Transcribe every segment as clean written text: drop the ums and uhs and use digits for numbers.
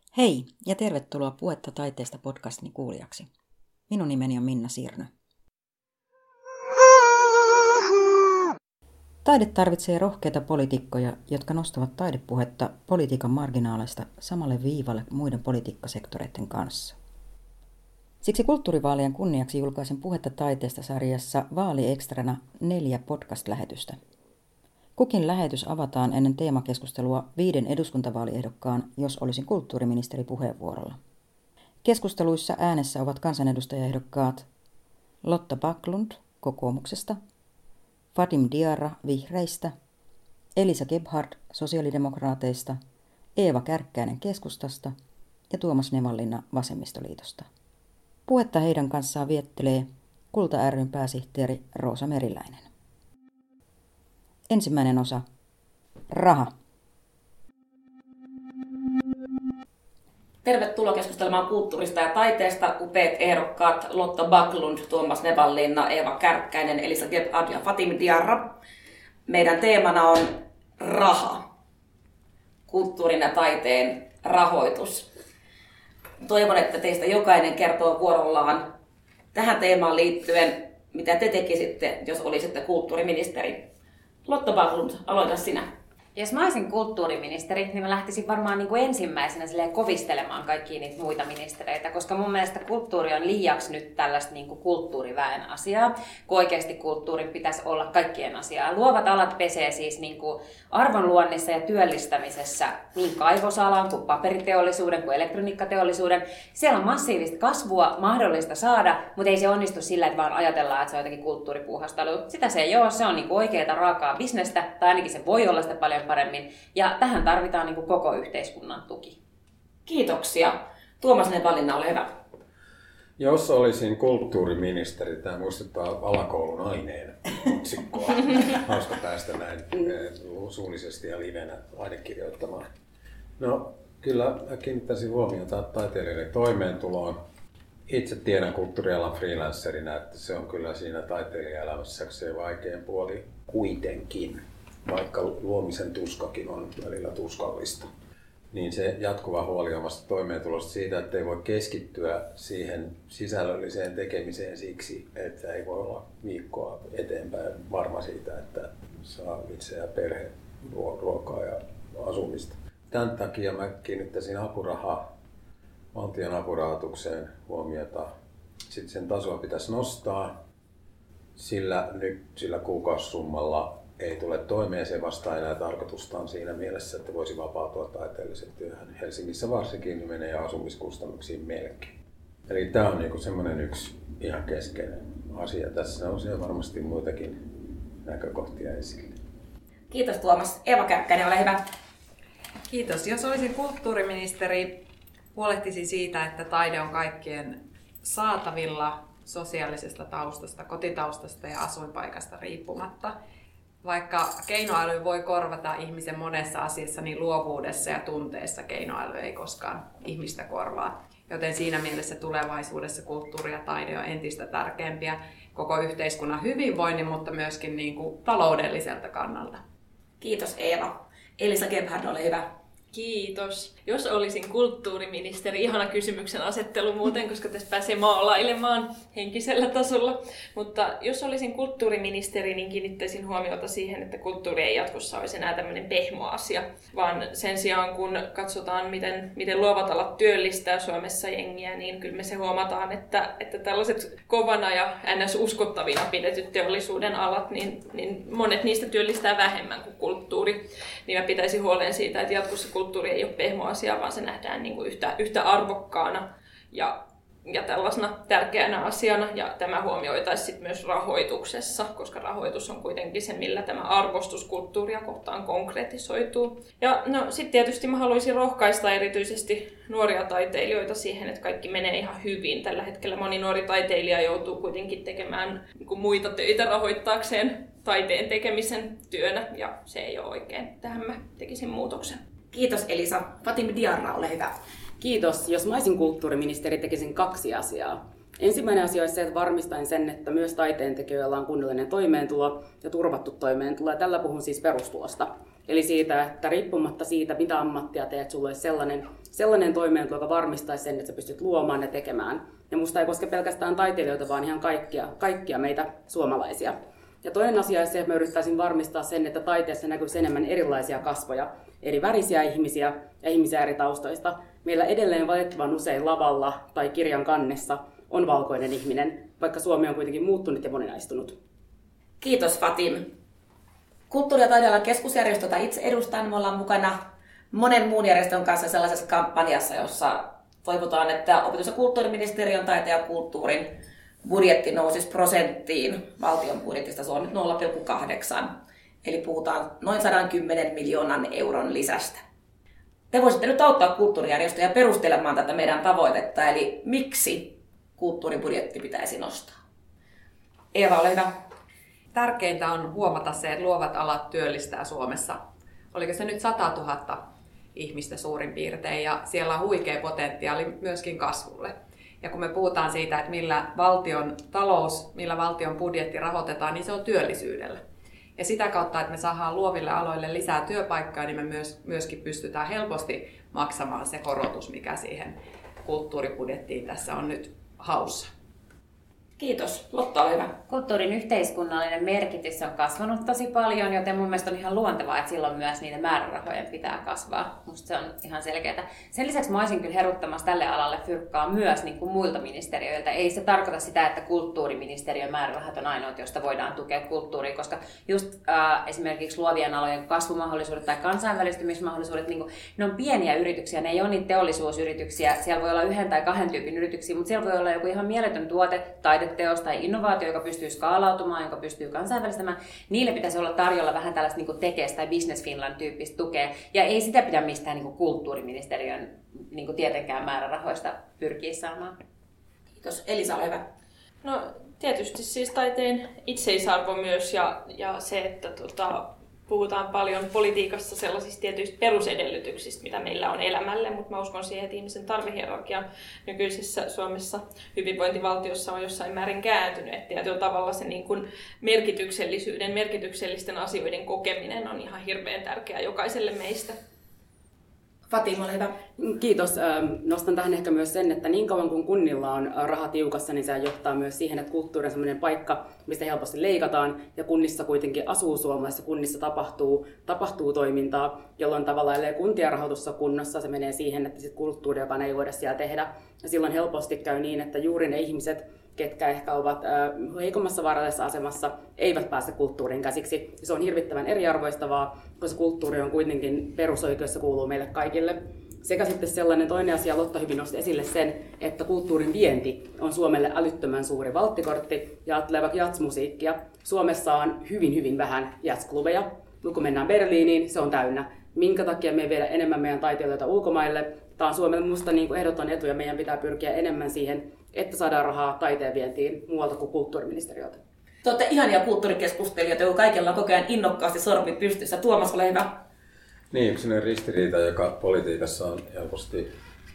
Hei ja tervetuloa Puhetta taiteesta podcastini kuulijaksi. Minun nimeni on Minna Sirnö. Taide tarvitsee rohkeita poliitikkoja, jotka nostavat taidepuhetta politiikan marginaaleista samalle viivalle muiden politiikkasektoreiden kanssa. Siksi kulttuurivaalien kunniaksi julkaisen Puhetta taiteesta -sarjassa vaaliekstrana 4 podcast-lähetystä. Kukin lähetys avataan ennen teemakeskustelua 5 eduskuntavaaliehdokkaan Jos olisin kulttuuriministeri -puheenvuorolla. Keskusteluissa äänessä ovat kansanedustajaehdokkaat Lotta Backlund kokoomuksesta, Fatim Diarra vihreistä, Elisa Gebhard sosiaalidemokraateista, Eeva Kärkkäinen keskustasta ja Tuomas Nevanlinna vasemmistoliitosta. Puhetta heidän kanssaan viettelee Kulta ry:n pääsihteeri Roosa Meriläinen. Ensimmäinen osa. Raha. Tervetuloa keskustelemaan kulttuurista ja taiteesta. Upeat ehdokkaat Lotta Backlund, Tuomas Nevanlinna, Eeva Kärkkäinen, Elisa Gebhard ja Fatim Diarra. Meidän teemana on raha. Kulttuurin ja taiteen rahoitus. Toivon, että teistä jokainen kertoo vuorollaan tähän teemaan liittyen, mitä te tekisitte, jos olisitte kulttuuriministeri. Lotta Backlund, aloita sinä. Jos mä olisin kulttuuriministeri, niin mä lähtisin varmaan ensimmäisenä kovistelemaan kaikkia niitä muita ministereitä, koska mun mielestä kulttuuri on liiaksi nyt tällaista kulttuuriväen asiaa, kun oikeasti kulttuurin pitäisi olla kaikkien asiaa. Luovat alat pesee siis arvonluonnissa ja työllistämisessä niin kaivosalan kuin paperiteollisuuden kuin elektroniikkateollisuuden. Siellä on massiivista kasvua mahdollista saada, mutta ei se onnistu sillä, että vaan ajatellaan, että se on jotenkin kulttuuripuuhastelua. Sitä se ei ole, se on oikeaa raakaa bisnestä, tai ainakin se voi olla sitä paljon paremmin. Ja tähän tarvitaan koko yhteiskunnan tuki. Kiitoksia. Tuomas Nevanlinna, ole hyvä. Jos olisin kulttuuriministeri, tämä muistuttaa alakoulun aineen otsikkoa. Hauska päästä näin suullisesti ja livenä ainekirjoittamaan. No, kyllä kiinnittäisin huomiota taiteilijoiden toimeentuloon. Itse tiedän kulttuurialan freelancerina, että se on kyllä siinä taiteilijaelämässä se vaikein puoli kuitenkin. Vaikka luomisen tuskakin on välillä tuskallista, niin se jatkuva huoli omasta toimeentulosta siitä, että ei voi keskittyä siihen sisällölliseen tekemiseen siksi, että ei voi olla viikkoa eteenpäin varma siitä, että saa itse ja perhe ruokaa ja asumista. Tämän takia mä kiinnittäisin valtion apurahoitukseen huomiota. Sitten sen tasoa pitäisi nostaa, sillä kuukausisummalla ei tule toimeen, se vastaa enää tarkoitustaan siinä mielessä, että voisi vapautua taiteelliseen työhön. Helsingissä varsinkin niin menee asumiskustannuksiin melkein. Eli tämä on semmoinen yksi ihan keskeinen asia. Tässä on siellä varmasti muitakin näkökohtia esille. Kiitos Tuomas. Eeva Kärkkäinen, ole hyvä. Kiitos. Jos olisin kulttuuriministeri, huolehtisin siitä, että taide on kaikkien saatavilla sosiaalisesta taustasta, kotitaustasta ja asuinpaikasta riippumatta. Vaikka keinoäly voi korvata ihmisen monessa asiassa, niin luovuudessa ja tunteessa keinoäly ei koskaan ihmistä korvaa. Joten siinä mielessä tulevaisuudessa kulttuuri ja taide on entistä tärkeämpiä koko yhteiskunnan hyvinvoinnin, mutta myöskin taloudelliselta kannalta. Kiitos Eeva. Elisa Gebhard, ole hyvä. Kiitos. Jos olisin kulttuuriministeri, ihana kysymyksen asettelu muuten, koska tässä pääsee maalailemaan henkisellä tasolla. Mutta jos olisin kulttuuriministeri, niin kiinnittäisin huomiota siihen, että kulttuuri ei jatkossa olisi enää tämmöinen pehmo asia. Vaan sen sijaan, kun katsotaan, miten luovat alat työllistää Suomessa jengiä, niin kyllä me se huomataan, että tällaiset kovana ja ns-uskottavina pidetyt teollisuuden alat, niin monet niistä työllistää vähemmän kuin kulttuuri. Niin mä pitäisin huolen siitä, että jatkossa kulttuuri ei ole pehmo asia, vaan se nähdään yhtä arvokkaana ja tällaisena tärkeänä asiana. Ja tämä huomioitaisiin sitten myös rahoituksessa, koska rahoitus on kuitenkin se, millä tämä arvostus kulttuuria kohtaan konkretisoituu. Ja no sitten tietysti mä haluaisin rohkaista erityisesti nuoria taiteilijoita siihen, että kaikki menee ihan hyvin. Tällä hetkellä moni nuori taiteilija joutuu kuitenkin tekemään muita töitä rahoittaakseen taiteen tekemisen työnä, ja se ei ole oikein. Tähän mä tekisin muutoksen. Kiitos Elisa. Fatim Diarra, ole hyvä. Kiitos. Jos mä olisin kulttuuriministeri, tekisin 2 asiaa. Ensimmäinen asia olisi se, että varmistain sen, että myös taiteentekijöillä on kunnollinen toimeentulo ja turvattu toimeentulo. Ja tällä puhun siis perustulosta. Eli siitä, että riippumatta siitä, mitä ammattia teet, sulla olisi sellainen toimeentulo, joka varmistaisi sen, että sä pystyt luomaan ja tekemään. Ja musta ei koske pelkästään taiteilijoita, vaan ihan kaikkia meitä suomalaisia. Ja toinen asia on se, että mä yrittäisin varmistaa sen, että taiteessa näkyisi enemmän erilaisia kasvoja, eri värisiä ihmisiä ja ihmisiä eri taustoista. Meillä edelleen valitettavan usein lavalla tai kirjan kannessa on valkoinen ihminen, vaikka Suomi on kuitenkin muuttunut ja moninaistunut. Kiitos Fatim. Kulttuuri- ja taidealan keskusjärjestö, jota itse edustan, me ollaan mukana monen muun järjestön kanssa sellaisessa kampanjassa, jossa toivotaan, että opetus- ja kulttuuriministeriön taiteen ja kulttuurin budjetti nousisi prosenttiin valtion budjetista. Se on nyt 0,8. Eli puhutaan noin 110 miljoonan euron lisästä. Te voisitte nyt auttaa kulttuurijärjestöjä perustelemaan tätä meidän tavoitetta, eli miksi kulttuuribudjetti pitäisi nostaa. Eeva, ole hyvä. Tärkeintä on huomata se, että luovat alat työllistää Suomessa. Oliko se nyt 100 000 ihmistä suurin piirtein, ja siellä on huikea potentiaali myöskin kasvulle. Ja kun me puhutaan siitä, että millä valtion talous, millä valtion budjetti rahoitetaan, niin se on työllisyydellä. Ja sitä kautta, että me saadaan luoville aloille lisää työpaikkoja, niin me myöskin pystytään helposti maksamaan se korotus, mikä siihen kulttuuribudjettiin tässä on nyt haussa. Kiitos. Lotta, ole hyvä. Kulttuurin yhteiskunnallinen merkitys on kasvanut tosi paljon, joten mun mielestä on ihan luontevaa, että silloin myös niiden määrärahojen pitää kasvaa. Musta se on ihan selkeää. Sen lisäksi mä olisin kyllä heruttamassa tälle alalle fyrkkaa myös niin kuin muilta ministeriöiltä. Ei se tarkoita sitä, että kulttuuriministeriön määrärahat on ainoat, josta voidaan tukea kulttuuria, koska just esimerkiksi luovien alojen kasvumahdollisuudet tai kansainvälistymismahdollisuudet, niin kuin, ne on pieniä yrityksiä, ne ei ole niitä teollisuusyrityksiä. Siellä voi olla 1 tai 2 tyypin yrityksiä, mutta siellä voi olla joku ihan mieletön tuote, taideteos tai innovaatio, joka pystyy skaalautumaan, joka pystyy kansainvälistämään. Niille pitäisi olla tarjolla vähän tällaista niin kuin Tekes tai Business Finland-tyyppistä tukea. Ja ei sitä pidä mistään niin kuin kulttuuriministeriön niin kuin tietenkään määrärahoista pyrkiä saamaan. Kiitos. Elisa, ole hyvä. No tietysti siis taiteen itseisarvo myös ja se, että puhutaan paljon politiikassa sellaisista tietyistä perusedellytyksistä, mitä meillä on elämälle, mutta mä uskon siihen, että ihmisen tarvehierarkia nykyisessä Suomessa hyvinvointivaltiossa on jossain määrin kääntynyt. Että tietyllä tavalla se niin kuin merkityksellisten asioiden kokeminen on ihan hirveän tärkeää jokaiselle meistä. Fatim, ole hyvä. Kiitos. Nostan tähän ehkä myös sen, että niin kauan kuin kunnilla on raha tiukassa, niin se johtaa myös siihen, että kulttuuri on sellainen paikka, mistä helposti leikataan, ja kunnissa kuitenkin asuu suomalaisissa, kunnissa tapahtuu toimintaa, jolloin tavallaan ellei kuntien rahoitus on kunnossa, se menee siihen, että sit kulttuuri, joka ei voida siellä tehdä. Ja silloin helposti käy niin, että juuri ne ihmiset, ketkä ehkä ovat heikommassa vaarallisessa asemassa, eivät pääse kulttuuriin käsiksi. Se on hirvittävän eriarvoistavaa, koska kulttuuri on kuitenkin perusoikeus, se kuuluu meille kaikille. Sekä sitten sellainen toinen asia, Lotta hyvin nosti esille sen, että kulttuurin vienti on Suomelle älyttömän suuri valttikortti, ja ajattelee vaikka jazzmusiikkia. Suomessa on hyvin vähän jazzklubeja. Kun mennään Berliiniin, se on täynnä. Minkä takia me ei viedä enemmän meidän taiteilijoita ulkomaille? Tämä on Suomelle minusta niin kuin ehdoton etu, ja meidän pitää pyrkiä enemmän siihen, että saadaan rahaa taiteen vientiin muualta kuin kulttuuriministeriöltä. Te olette ihania kulttuurikeskustelijoita, kun kaikilla on koko ajan innokkaasti sormi pystyssä. Tuomas, ole hyvä. Niin, yksi ristiriita, joka politiikassa on helposti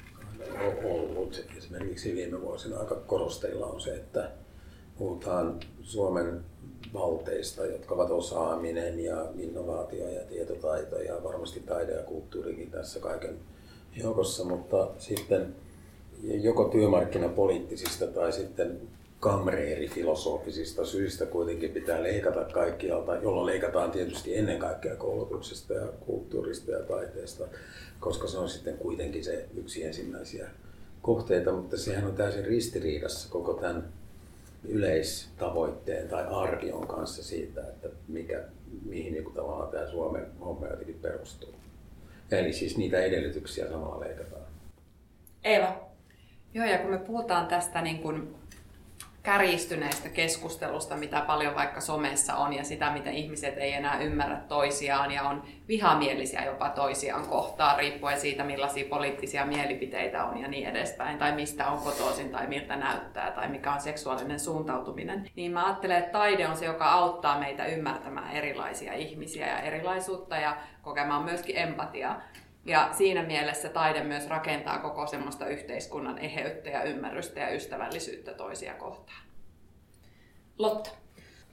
ollut esimerkiksi viime vuosina aika korosteilla, on se, että puhutaan Suomen valteista, jotka ovat osaaminen ja innovaatio ja tietotaito ja varmasti taide ja kulttuurikin tässä kaiken joukossa, mutta sitten joko työmarkkinapoliittisista tai sitten kamreerifilosofisista syistä kuitenkin pitää leikata kaikkialta, jolloin leikataan tietysti ennen kaikkea koulutuksesta ja kulttuurista ja taiteesta, koska se on sitten kuitenkin se yksi ensimmäisiä kohteita, mutta sehän on täysin ristiriidassa koko tämän yleistavoitteen tai arvion kanssa siitä, että mihin niin kuin tavallaan tämä Suomen homma jotenkin perustuu. Eli siis niitä edellytyksiä samalla leikataan. Eeva. Joo, ja kun me puhutaan tästä niin kuin kärjistyneestä keskustelusta, mitä paljon vaikka somessa on, ja sitä, miten ihmiset ei enää ymmärrä toisiaan ja on vihamielisiä jopa toisiaan kohtaan, riippuen siitä, millaisia poliittisia mielipiteitä on ja niin edespäin, tai mistä on kotoisin, tai miltä näyttää, tai mikä on seksuaalinen suuntautuminen, niin mä ajattelen, että taide on se, joka auttaa meitä ymmärtämään erilaisia ihmisiä ja erilaisuutta ja kokemaan myöskin empatiaa. Ja siinä mielessä taide myös rakentaa koko semmoista yhteiskunnan eheyttä ja ymmärrystä ja ystävällisyyttä toisia kohtaan. Lotta.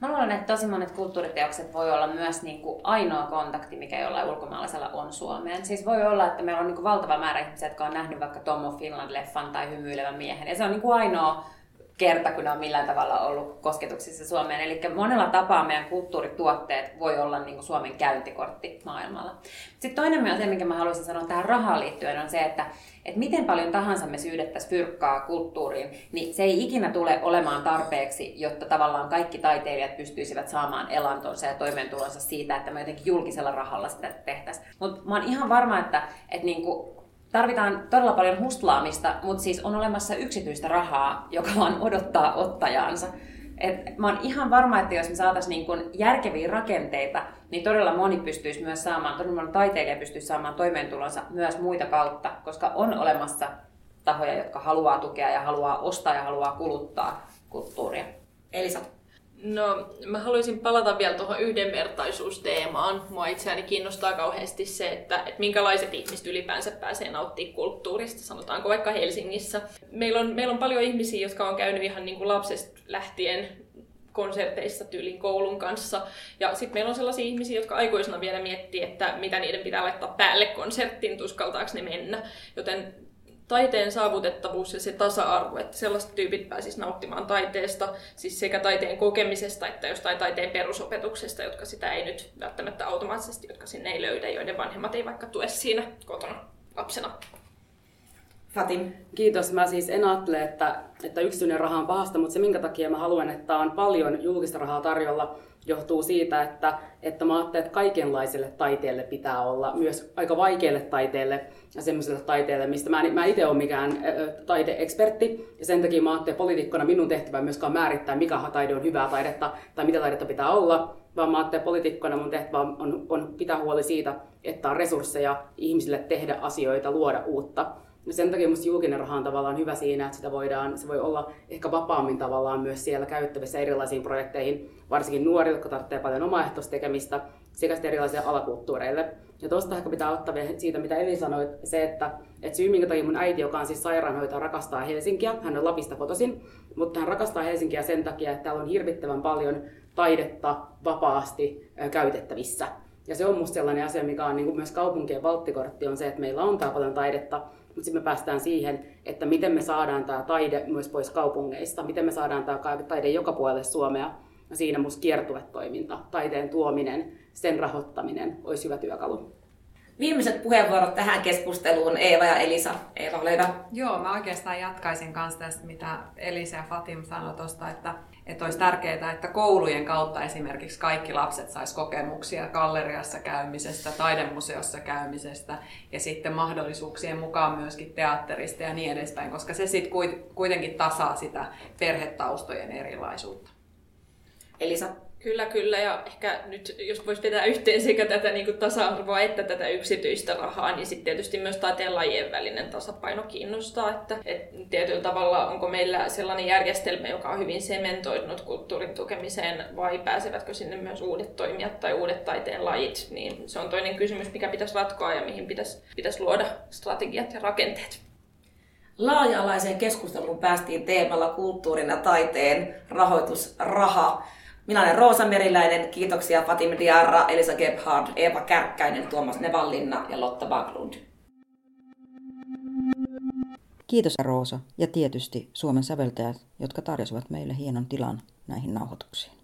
Mä luulen, että tosi monet kulttuuriteokset voi olla myös niin kuin ainoa kontakti, mikä jollain ulkomaalaisella on Suomeen. Siis voi olla, että meillä on niin kuin valtava määrä ihmisiä, jotka on nähnyt vaikka Tom of Finland-leffan tai Hymyilevän miehen. Ja se on niin kuin ainoa kerta, kun ne on millään tavalla ollut kosketuksissa Suomeen. Eli monella tapaa meidän kulttuurituotteet voi olla niin kuin Suomen käyntikortti maailmalla. Sitten toinen asia, minkä mä haluaisin sanoa tähän rahaan liittyen, on se, että miten paljon tahansa me syydettäisiin fyrkkaa kulttuuriin, niin se ei ikinä tule olemaan tarpeeksi, jotta tavallaan kaikki taiteilijat pystyisivät saamaan elantonsa ja toimeentulonsa siitä, että me jotenkin julkisella rahalla sitä tehtäisiin. Mutta mä oon ihan varma, että niinku tarvitaan todella paljon hustlaamista, mutta siis on olemassa yksityistä rahaa, joka vaan odottaa ottajaansa. Mä oon ihan varma, että jos me saataisiin niin kun järkeviä rakenteita, niin todella moni pystyisi myös saamaan, todella moni taiteilija pystyisi saamaan toimeentulonsa myös muita kautta, koska on olemassa tahoja, jotka haluaa tukea ja haluaa ostaa ja haluaa kuluttaa kulttuuria. Elisa? No, mä haluaisin palata vielä tuohon yhdenvertaisuusteemaan. Mua itseäni kiinnostaa kauheasti se, että minkälaiset ihmiset ylipäänsä pääsee nauttimaan kulttuurista, sanotaanko vaikka Helsingissä. Meillä on paljon ihmisiä, jotka on käynyt ihan niin kuin lapsesta lähtien konserteissa tyylin koulun kanssa. Ja sitten meillä on sellaisia ihmisiä, jotka aikuisena vielä miettii, että mitä niiden pitää laittaa päälle konserttiin, uskaltaako ne mennä. Joten taiteen saavutettavuus ja se tasa-arvo, että sellaiset tyypit pääsisivät nauttimaan taiteesta, siis sekä taiteen kokemisesta että jostain taiteen perusopetuksesta, jotka sitä ei nyt välttämättä automaattisesti, jotka sinne ei löydä, joiden vanhemmat ei vaikka tue siinä kotona lapsena. Fatim? Kiitos. Mä siis en ajattele, että yksityinen raha on pahasta, mutta se minkä takia mä haluan, että on paljon julkista rahaa tarjolla, johtuu siitä, että mä ajattelen, että kaikenlaiselle taiteelle pitää olla, myös aika vaikealle taiteelle ja semmoiselle taiteelle, mistä mä itse ole mikään taideekspertti. Ja sen takia mä ajattelen, että poliitikkona minun tehtävä myöskään määrittää, mikä taide on hyvää taidetta tai mitä taidetta pitää olla, vaan mä ajattelen, että poliitikkona mun tehtävä on pitää huoli siitä, että on resursseja ihmisille tehdä asioita, luoda uutta. Ja sen takia musta julkinen raha on tavallaan hyvä siinä, että se voi olla ehkä vapaammin tavallaan myös siellä käyttävissä erilaisiin projekteihin, varsinkin nuorille, jotka tarvitsee paljon omaehtoistekemistä, sekä sitten erilaisille alakulttuureille. Ja tuosta ehkä pitää ottaa vielä siitä, mitä Eli sanoi, se, että syy minkä takia mun äiti, joka on siis sairaanhoitaja, rakastaa Helsinkiä, hän on Lapista kotoisin, mutta hän rakastaa Helsinkiä sen takia, että täällä on hirvittävän paljon taidetta vapaasti käytettävissä. Ja se on musta sellainen asia, mikä on niin kuin myös kaupunkien valttikortti, on se, että meillä on täällä paljon taidetta, mutta sitten me päästään siihen, että miten me saadaan tämä taide myös pois kaupungeista, miten me saadaan tämä taide joka puolelle Suomea. Ja siinä musta kiertuetoiminta, taiteen tuominen, sen rahoittaminen olisi hyvä työkalu. Viimeiset puheenvuorot tähän keskusteluun, Eeva ja Elisa. Eeva, ole hyvä. Joo, mä oikeastaan jatkaisin kanssa tästä, mitä Elisa ja Fatim sanoi tuosta, että olisi tärkeää, että koulujen kautta esimerkiksi kaikki lapset sais kokemuksia galleriassa käymisestä, taidemuseossa käymisestä ja sitten mahdollisuuksien mukaan myöskin teatterista ja niin edespäin, koska se sitten kuitenkin tasaa sitä perhetaustojen erilaisuutta. Elisa? Kyllä, ja ehkä nyt jos voisi vetää yhteen sekä tätä niin kuin tasa-arvoa että tätä yksityistä rahaa, niin sitten tietysti myös taiteen lajien välinen tasapaino kiinnostaa, että tietyllä tavalla onko meillä sellainen järjestelmä, joka on hyvin sementoitunut kulttuurin tukemiseen, vai pääsevätkö sinne myös uudet toimijat tai uudet taiteen lajit, niin se on toinen kysymys, mikä pitäisi ratkoa ja mihin pitäisi luoda strategiat ja rakenteet. Laaja-alaiseen keskusteluun päästiin teemalla kulttuurin ja taiteen rahoitus, raha. Minä olen Roosa Meriläinen, kiitoksia Fatim Diarra, Elisa Gebhard, Eeva Kärkkäinen, Tuomas Nevallinna ja Lotta Backlund. Kiitos Roosa ja tietysti Suomen säveltäjät, jotka tarjosivat meille hienon tilan näihin nauhoituksiin.